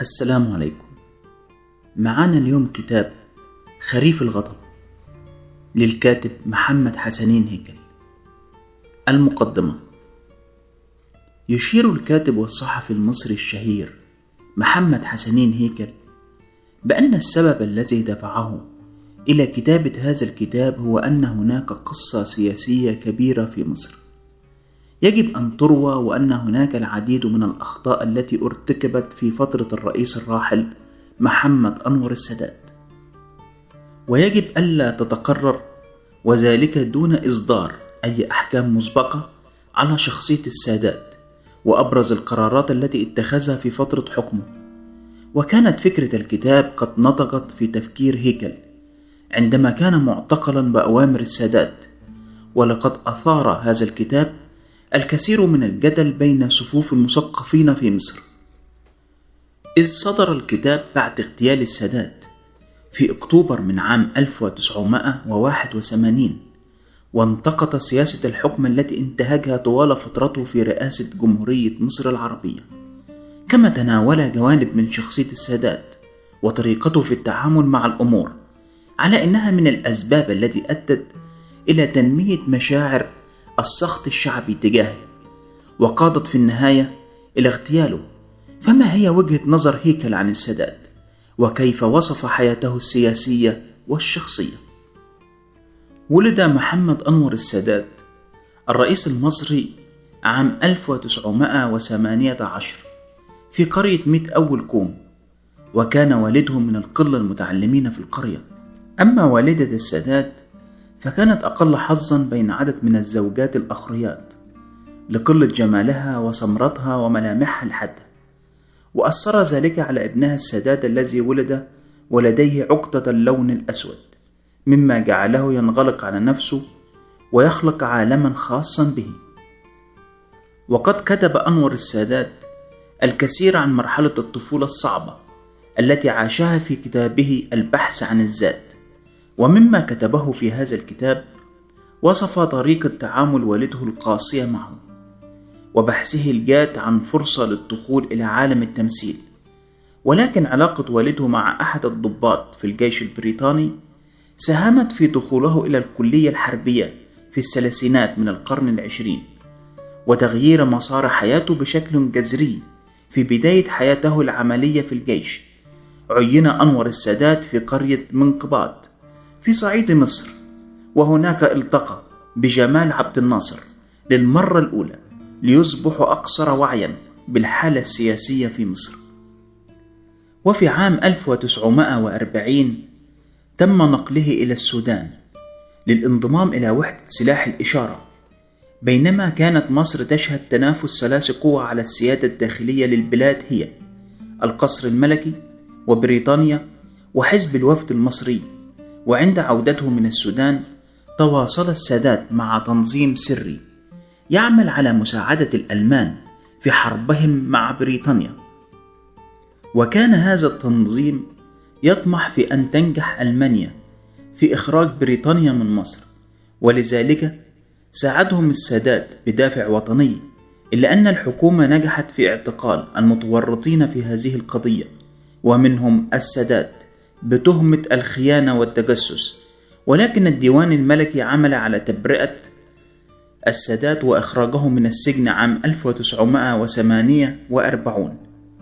السلام عليكم. معانا اليوم كتاب خريف الغضب للكاتب محمد حسنين هيكل. المقدمة: يشير الكاتب والصحفي المصري الشهير محمد حسنين هيكل بأن السبب الذي دفعه إلى كتابة هذا الكتاب هو أن هناك قصة سياسية كبيرة في مصر يجب أن تروى، وأن هناك العديد من الأخطاء التي ارتكبت في فترة الرئيس الراحل محمد أنور السادات، ويجب ألا تتكرر، وذلك دون إصدار أي أحكام مسبقة على شخصية السادات وأبرز القرارات التي اتخذها في فترة حكمه. وكانت فكرة الكتاب قد نضجت في تفكير هيكل عندما كان معتقلا بأوامر السادات، ولقد أثار هذا الكتاب الكثير من الجدل بين صفوف المثقفين في مصر، إذ صدر الكتاب بعد اغتيال السادات في أكتوبر من عام 1981، وانتقد سياسة الحكم التي انتهجها طوال فترته في رئاسة جمهورية مصر العربية، كما تناول جوانب من شخصية السادات وطريقته في التعامل مع الأمور على أنها من الأسباب التي أدت إلى تنمية مشاعر السخط الشعبي تجاهه، وقادت في النهاية إلى اغتياله. فما هي وجهة نظر هيكل عن السادات، وكيف وصف حياته السياسية والشخصية؟ ولد محمد أنور السادات الرئيس المصري عام 1918 في قرية ميت أول كوم، وكان والده من القلة المتعلمين في القرية. أما والدة السادات فكانت أقل حظا بين عدد من الزوجات الأخريات لقلة جمالها وسمرتها وملامحها الحادة، وأثر ذلك على ابنها السادات الذي ولد ولديه عقدة اللون الأسود، مما جعله ينغلق على نفسه ويخلق عالما خاصا به. وقد كتب أنور السادات الكثير عن مرحلة الطفولة الصعبة التي عاشها في كتابه البحث عن الذات، ومما كتبه في هذا الكتاب وصف طريقة تعامل والده القاسية معه، وبحثه الجاد عن فرصة للدخول إلى عالم التمثيل. ولكن علاقة والده مع أحد الضباط في الجيش البريطاني ساهمت في دخوله إلى الكلية الحربية في الثلاثينات من القرن العشرين، وتغيير مسار حياته بشكل جذري. في بداية حياته العملية في الجيش عين أنور السادات في قرية منقبات في صعيد مصر، وهناك التقى بجمال عبد الناصر للمرة الأولى ليصبح أكثر وعيا بالحالة السياسية في مصر. وفي عام 1940 تم نقله إلى السودان للانضمام إلى وحدة سلاح الإشارة، بينما كانت مصر تشهد تنافس ثلاث قوى على السيادة الداخلية للبلاد، هي القصر الملكي وبريطانيا وحزب الوفد المصري. وعند عودته من السودان تواصل السادات مع تنظيم سري يعمل على مساعدة الألمان في حربهم مع بريطانيا، وكان هذا التنظيم يطمح في أن تنجح ألمانيا في إخراج بريطانيا من مصر، ولذلك ساعدهم السادات بدافع وطني، إلا أن الحكومة نجحت في اعتقال المتورطين في هذه القضية، ومنهم السادات بتهمة الخيانة والتجسس. ولكن الديوان الملكي عمل على تبرئة السادات وإخراجه من السجن عام 1948،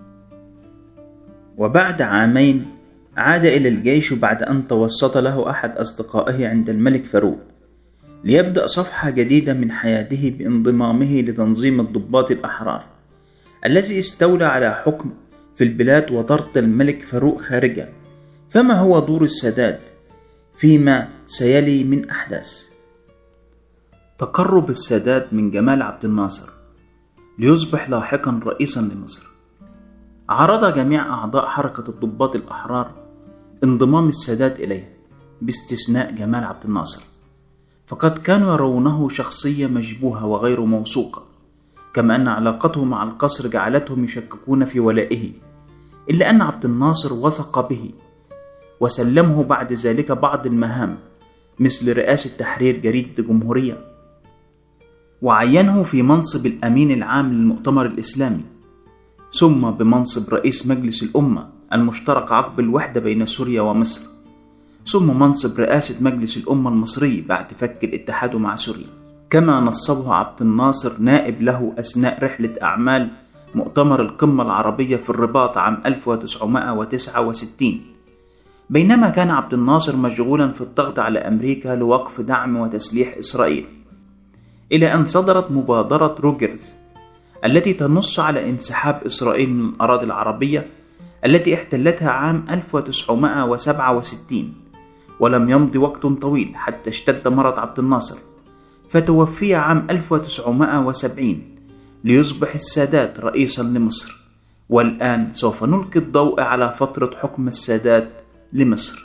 وبعد عامين عاد إلى الجيش بعد أن توسط له أحد أصدقائه عند الملك فاروق ليبدأ صفحة جديدة من حياته بانضمامه لتنظيم الضباط الأحرار الذي استولى على حكم في البلاد وطرد الملك فاروق خارجه. فما هو دور السادات فيما سيلي من أحداث؟ تقرب السادات من جمال عبد الناصر ليصبح لاحقا رئيسا لمصر. عرض جميع أعضاء حركة الضباط الأحرار انضمام السادات إليه باستثناء جمال عبد الناصر، فقد كانوا يرونه شخصية مشبوهة وغير موثوقة، كما أن علاقته مع القصر جعلتهم يشككون في ولائه، إلا أن عبد الناصر وثق به وسلمه بعد ذلك بعض المهام مثل رئاسة تحرير جريدة الجمهورية، وعينه في منصب الأمين العام للمؤتمر الإسلامي، ثم بمنصب رئيس مجلس الأمة المشترك عقب الوحدة بين سوريا ومصر، ثم منصب رئاسة مجلس الأمة المصري بعد فك الاتحاد مع سوريا، كما نصبه عبد الناصر نائب له أثناء رحلة أعمال مؤتمر القمة العربية في الرباط عام 1969، بينما كان عبد الناصر مشغولا في الضغط على أمريكا لوقف دعم وتسليح إسرائيل، إلى أن صدرت مبادرة روجرز التي تنص على انسحاب إسرائيل من الأراضي العربية التي احتلتها عام 1967. ولم يمض وقت طويل حتى اشتد مرض عبد الناصر، فتوفي عام 1970 ليصبح السادات رئيسا لمصر. والآن سوف نلقي الضوء على فترة حكم السادات لمصر.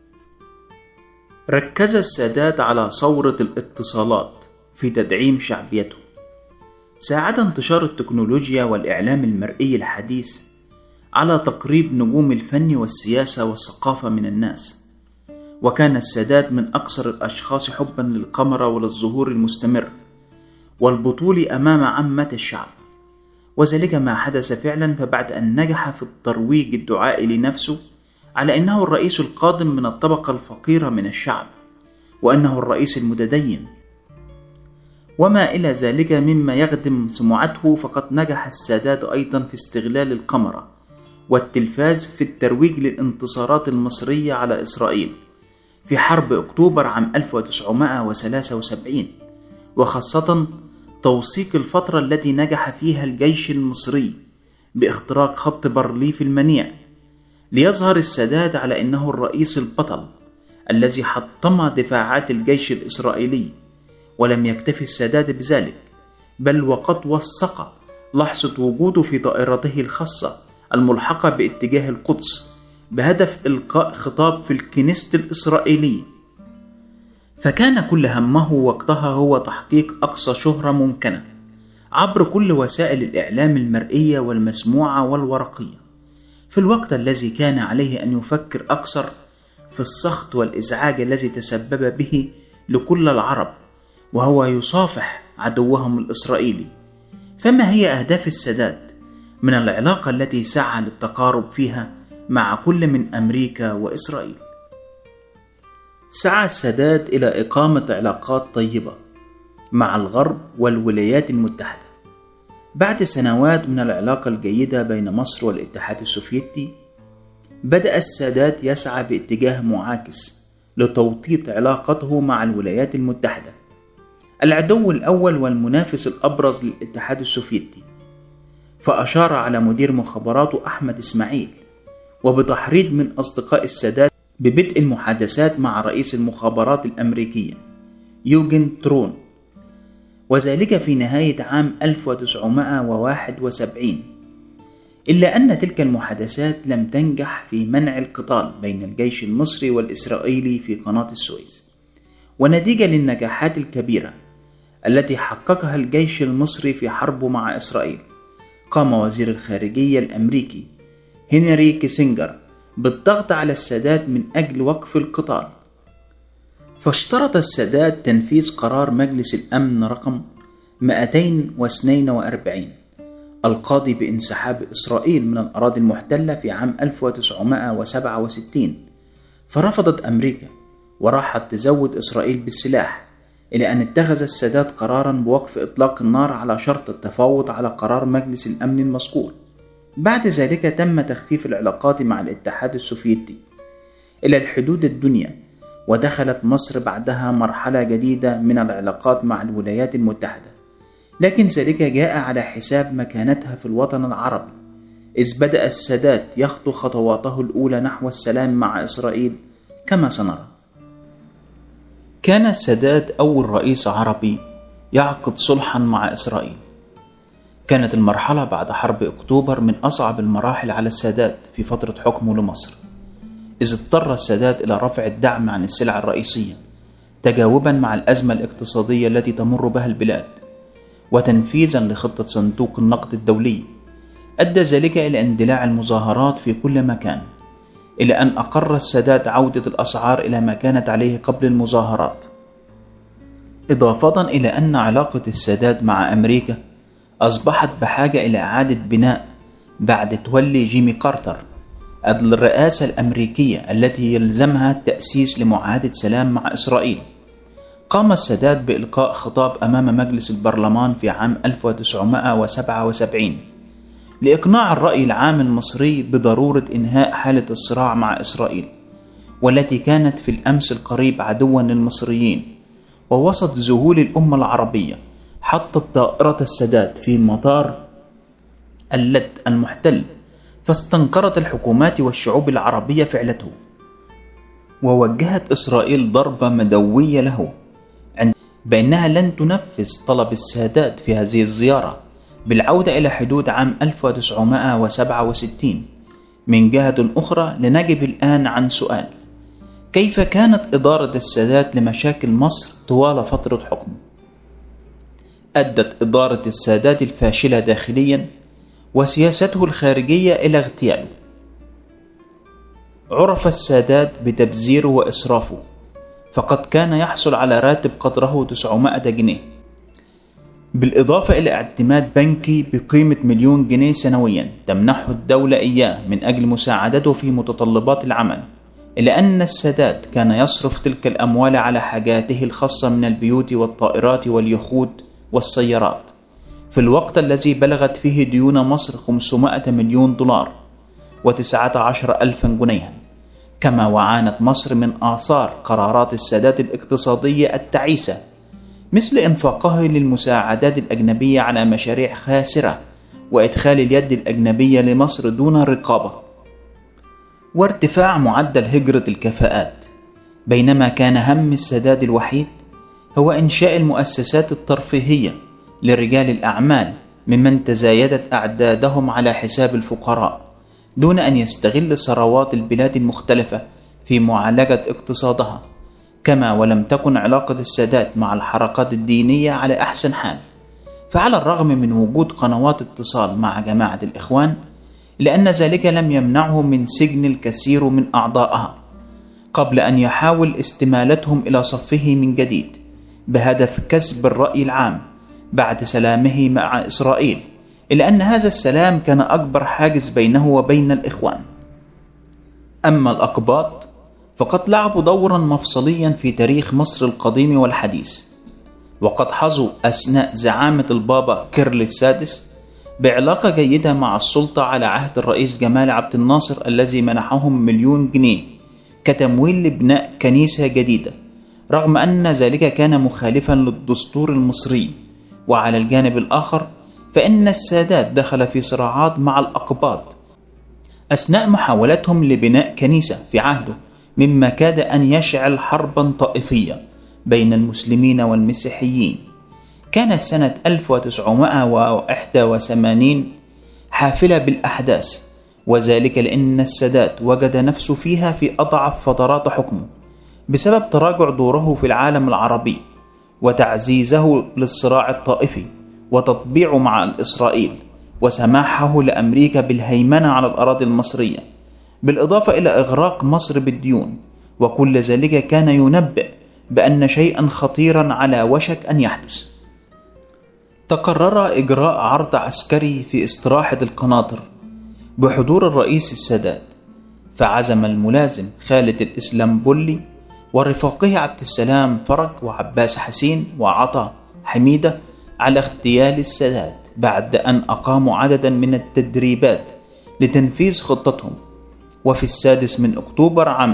ركز السادات على ثورة الاتصالات في تدعيم شعبيته. ساعد انتشار التكنولوجيا والإعلام المرئي الحديث على تقريب نجوم الفن والسياسة والثقافة من الناس، وكان السادات من أكثر الأشخاص حبا للكاميرا وللظهور المستمر والبطول أمام عامة الشعب، وذلك ما حدث فعلا. فبعد أن نجح في الترويج الدعائي لنفسه على أنه الرئيس القادم من الطبقة الفقيرة من الشعب، وأنه الرئيس المتدين وما إلى ذلك مما يخدم سمعته، فقد نجح السادات أيضا في استغلال الكاميرا والتلفاز في الترويج للانتصارات المصرية على إسرائيل في حرب أكتوبر عام 1973، وخاصة توثيق الفترة التي نجح فيها الجيش المصري باختراق خط بارليف المنيع، ليظهر السادات على أنه الرئيس البطل الذي حطم دفاعات الجيش الإسرائيلي. ولم يكتفي السادات بذلك، بل وقد وثق لحظة وجوده في طائرته الخاصة الملحقة باتجاه القدس بهدف إلقاء خطاب في الكنيست الإسرائيلي، فكان كل همه وقتها هو تحقيق أقصى شهرة ممكنة عبر كل وسائل الإعلام المرئية والمسموعة والورقية، في الوقت الذي كان عليه أن يفكر أكثر في السخط والإزعاج الذي تسبب به لكل العرب، وهو يصافح عدوهم الإسرائيلي. فما هي أهداف السادات من العلاقة التي سعى للتقارب فيها مع كل من أمريكا وإسرائيل؟ سعى السادات إلى إقامة علاقات طيبة مع الغرب والولايات المتحدة. بعد سنوات من العلاقة الجيدة بين مصر والاتحاد السوفيتي، بدأ السادات يسعى باتجاه معاكس لتوطيد علاقته مع الولايات المتحدة، العدو الأول والمنافس الأبرز للاتحاد السوفيتي. فأشار على مدير مخابراته أحمد إسماعيل وبتحريض من أصدقاء السادات ببدء المحادثات مع رئيس المخابرات الأمريكية يوجين ترون، وذلك في نهاية عام 1971. إلا أن تلك المحادثات لم تنجح في منع القتال بين الجيش المصري والإسرائيلي في قناة السويس. ونتيجة للنجاحات الكبيرة التي حققها الجيش المصري في حربه مع إسرائيل، قام وزير الخارجية الأمريكي هنري كيسنجر بالضغط على السادات من أجل وقف القتال. فاشترط السادات تنفيذ قرار مجلس الأمن رقم 242 القاضي بانسحاب إسرائيل من الأراضي المحتلة في عام 1967، فرفضت أمريكا وراحت تزود إسرائيل بالسلاح، إلى أن اتخذ السادات قرارا بوقف إطلاق النار على شرط التفاوض على قرار مجلس الأمن المذكور. بعد ذلك تم تخفيف العلاقات مع الاتحاد السوفيتي إلى الحدود الدنيا، ودخلت مصر بعدها مرحلة جديدة من العلاقات مع الولايات المتحدة، لكن ذلك جاء على حساب مكانتها في الوطن العربي، إذ بدأ السادات يخطو خطواته الأولى نحو السلام مع إسرائيل كما سنرى. كان السادات أول رئيس عربي يعقد صلحا مع إسرائيل. كانت المرحلة بعد حرب أكتوبر من أصعب المراحل على السادات في فترة حكمه لمصر، إذ اضطر السادات إلى رفع الدعم عن السلع الرئيسية تجاوبا مع الأزمة الاقتصادية التي تمر بها البلاد، وتنفيذا لخطة صندوق النقد الدولي. أدى ذلك إلى اندلاع المظاهرات في كل مكان، إلى أن أقر السادات عودة الأسعار إلى ما كانت عليه قبل المظاهرات، إضافة إلى أن علاقة السادات مع أمريكا أصبحت بحاجة إلى إعادة بناء بعد تولي جيمي كارتر الرئاسة الأمريكية التي يلزمها التأسيس لمعاهدة سلام مع إسرائيل. قام السادات بإلقاء خطاب أمام مجلس البرلمان في عام 1977 لإقناع الرأي العام المصري بضرورة إنهاء حالة الصراع مع إسرائيل، والتي كانت في الأمس القريب عدوا للمصريين. ووسط ذهول الأمة العربية حطت طائرة السادات في مطار اللد المحتل، فاستنكرت الحكومات والشعوب العربية فعلته، ووجهت إسرائيل ضربة مدوية له بأنها لن تنفذ طلب السادات في هذه الزيارة بالعودة إلى حدود عام 1967. من جهة أخرى لنجب الآن عن سؤال: كيف كانت إدارة السادات لمشاكل مصر طوال فترة حكمه؟ أدت إدارة السادات الفاشلة داخليا وسياسته الخارجية إلى اغتياله. عرف السادات بتبذيره وإسرافه، فقد كان يحصل على راتب قدره 900 جنيه، بالإضافة إلى اعتماد بنكي بقيمة 1,000,000 جنيه سنويا تمنحه الدولة إياه من أجل مساعدته في متطلبات العمل، إلا أن السادات كان يصرف تلك الأموال على حاجاته الخاصة من البيوت والطائرات واليخوت والسيارات، في الوقت الذي بلغت فيه ديون مصر 500 مليون دولار و19,000 جنيها. كما وعانت مصر من آثار قرارات السادات الاقتصادية التعيسة، مثل إنفاقه للمساعدات الأجنبية على مشاريع خاسرة وإدخال اليد الأجنبية لمصر دون رقابة، وارتفاع معدل هجرة الكفاءات، بينما كان هم السادات الوحيد هو إنشاء المؤسسات الترفيهية لرجال الأعمال ممن تزايدت أعدادهم على حساب الفقراء، دون أن يستغل ثروات البلاد المختلفة في معالجة اقتصادها. كما ولم تكن علاقة السادات مع الحركات الدينية على أحسن حال، فعلى الرغم من وجود قنوات اتصال مع جماعة الإخوان، لأن ذلك لم يمنعه من سجن الكثير من أعضائها قبل أن يحاول استمالتهم إلى صفه من جديد بهدف كسب الرأي العام بعد سلامه مع إسرائيل، إلا أن هذا السلام كان أكبر حاجز بينه وبين الإخوان. أما الأقباط فقد لعبوا دورا مفصليا في تاريخ مصر القديم والحديث، وقد حظوا أثناء زعامة البابا كيرل السادس بعلاقة جيدة مع السلطة على عهد الرئيس جمال عبد الناصر، الذي منحهم 1,000,000 جنيه كتمويل لبناء كنيسة جديدة، رغم أن ذلك كان مخالفا للدستور المصري. وعلى الجانب الآخر فإن السادات دخل في صراعات مع الأقباط أثناء محاولتهم لبناء كنيسة في عهده، مما كاد أن يشعل حربا طائفية بين المسلمين والمسيحيين. كانت سنة 1981 حافلة بالأحداث، وذلك لأن السادات وجد نفسه فيها في أضعف فترات حكمه بسبب تراجع دوره في العالم العربي وتعزيزه للصراع الطائفي وتطبيعه مع إسرائيل وسماحه لأمريكا بالهيمنة على الأراضي المصرية، بالإضافة إلى إغراق مصر بالديون. وكل ذلك كان ينبئ بأن شيئا خطيرا على وشك أن يحدث. تقرر إجراء عرض عسكري في استراحة القناطر بحضور الرئيس السادات، فعزم الملازم خالد الإسلامبولي ورفاقه عبد السلام فرج وعباس حسين وعطا حميدة على اغتيال السادات بعد أن أقاموا عددا من التدريبات لتنفيذ خطتهم. وفي 6 أكتوبر عام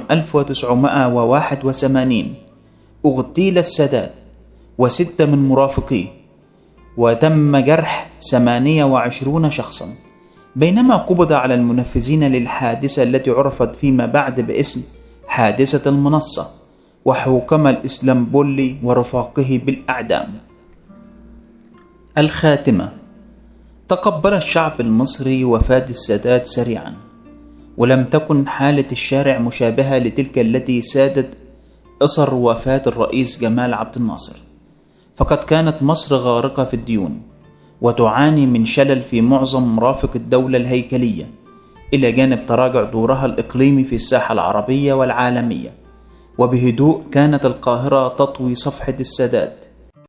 1981 اغتيل السادات و6 من مرافقيه، وتم جرح 28 شخصا، بينما قبض على المنفذين للحادثة التي عرفت فيما بعد باسم حادثة المنصة، وحوكم الإسلامبولي ورفاقه بالأعدام. الخاتمة: تقبل الشعب المصري وفاة السادات سريعا، ولم تكن حالة الشارع مشابهة لتلك التي سادت أثر وفاة الرئيس جمال عبد الناصر، فقد كانت مصر غارقة في الديون وتعاني من شلل في معظم مرافق الدولة الهيكلية، إلى جانب تراجع دورها الإقليمي في الساحة العربية والعالمية. وبهدوء كانت القاهرة تطوي صفحة السادات